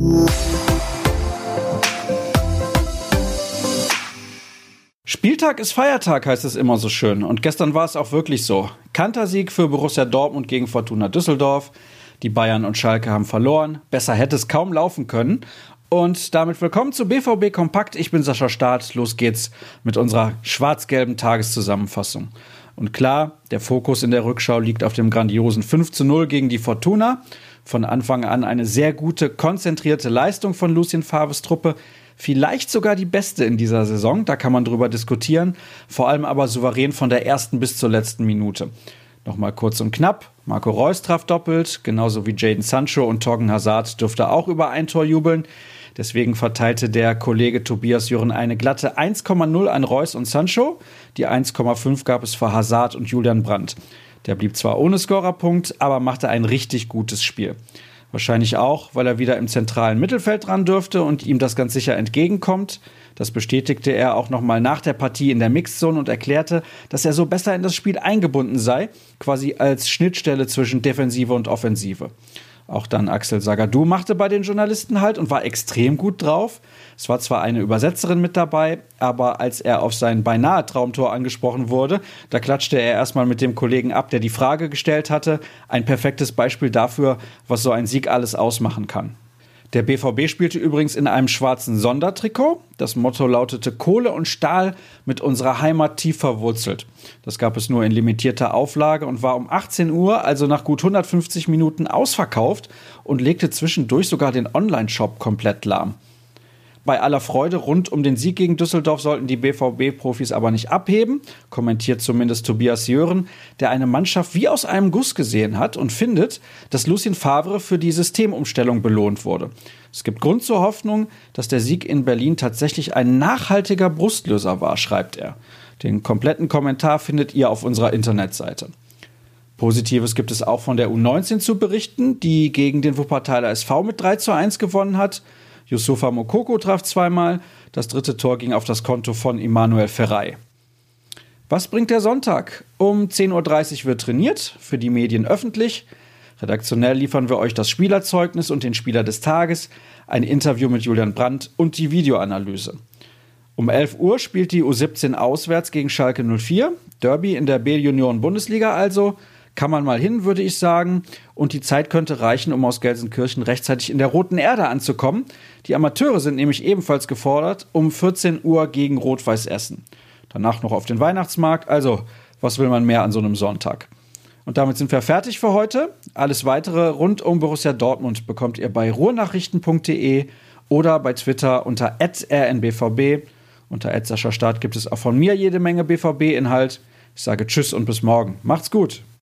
Spieltag ist Feiertag, heißt es immer so schön. Und gestern war es auch wirklich so. Kantersieg für Borussia Dortmund gegen Fortuna Düsseldorf. Die Bayern und Schalke haben verloren. Besser hätte es kaum laufen können. Und damit willkommen zu BVB Kompakt. Ich bin Sascha Staat. Los geht's mit unserer schwarz-gelben Tageszusammenfassung. Und klar, der Fokus in der Rückschau liegt auf dem grandiosen 5:0 gegen die Fortuna. Von Anfang an eine sehr gute, konzentrierte Leistung von Lucien Favres Truppe. Vielleicht sogar die beste in dieser Saison, da kann man drüber diskutieren. Vor allem aber souverän von der ersten bis zur letzten Minute. Nochmal kurz und knapp. Marco Reus traf doppelt, genauso wie Jadon Sancho, und Thorgan Hazard dürfte auch über ein Tor jubeln. Deswegen verteilte der Kollege Tobias Jürgen eine glatte 1,0 an Reus und Sancho. Die 1,5 gab es für Hazard und Julian Brandt. Der blieb zwar ohne Scorerpunkt, aber machte ein richtig gutes Spiel. Wahrscheinlich auch, weil er wieder im zentralen Mittelfeld ran dürfte und ihm das ganz sicher entgegenkommt. Das bestätigte er auch nochmal nach der Partie in der Mixzone und erklärte, dass er so besser in das Spiel eingebunden sei, quasi als Schnittstelle zwischen Defensive und Offensive. Auch dann Axel Sagadou machte bei den Journalisten Halt und war extrem gut drauf. Es war zwar eine Übersetzerin mit dabei, aber als er auf sein beinahe Traumtor angesprochen wurde, da klatschte er erstmal mit dem Kollegen ab, der die Frage gestellt hatte. Ein perfektes Beispiel dafür, was so ein Sieg alles ausmachen kann. Der BVB spielte übrigens in einem schwarzen Sondertrikot. Das Motto lautete: Kohle und Stahl mit unserer Heimat tief verwurzelt. Das gab es nur in limitierter Auflage und war um 18 Uhr, also nach gut 150 Minuten, ausverkauft und legte zwischendurch sogar den Online-Shop komplett lahm. Bei aller Freude rund um den Sieg gegen Düsseldorf sollten die BVB-Profis aber nicht abheben, kommentiert zumindest Tobias Jürgen, der eine Mannschaft wie aus einem Guss gesehen hat und findet, dass Lucien Favre für die Systemumstellung belohnt wurde. Es gibt Grund zur Hoffnung, dass der Sieg in Berlin tatsächlich ein nachhaltiger Brustlöser war, schreibt er. Den kompletten Kommentar findet ihr auf unserer Internetseite. Positives gibt es auch von der U19 zu berichten, die gegen den Wuppertaler SV mit 3:1 gewonnen hat. Youssoufa Moukoko traf zweimal, das dritte Tor ging auf das Konto von Emmanuel Ferrey. Was bringt der Sonntag? Um 10:30 Uhr wird trainiert, für die Medien öffentlich. Redaktionell liefern wir euch das Spielerzeugnis und den Spieler des Tages, ein Interview mit Julian Brandt und die Videoanalyse. Um 11 Uhr spielt die U17 auswärts gegen Schalke 04, Derby in der B-Junioren-Bundesliga also. Kann man mal hin, würde ich sagen. Und die Zeit könnte reichen, um aus Gelsenkirchen rechtzeitig in der Roten Erde anzukommen. Die Amateure sind nämlich ebenfalls gefordert, um 14 Uhr gegen Rot-Weiß Essen. Danach noch auf den Weihnachtsmarkt. Also, was will man mehr an so einem Sonntag? Und damit sind wir fertig für heute. Alles Weitere rund um Borussia Dortmund bekommt ihr bei ruhrnachrichten.de oder bei Twitter unter @rnbvb. Unter @SaschaStaat gibt es auch von mir jede Menge BVB-Inhalt. Ich sage Tschüss und bis morgen. Macht's gut.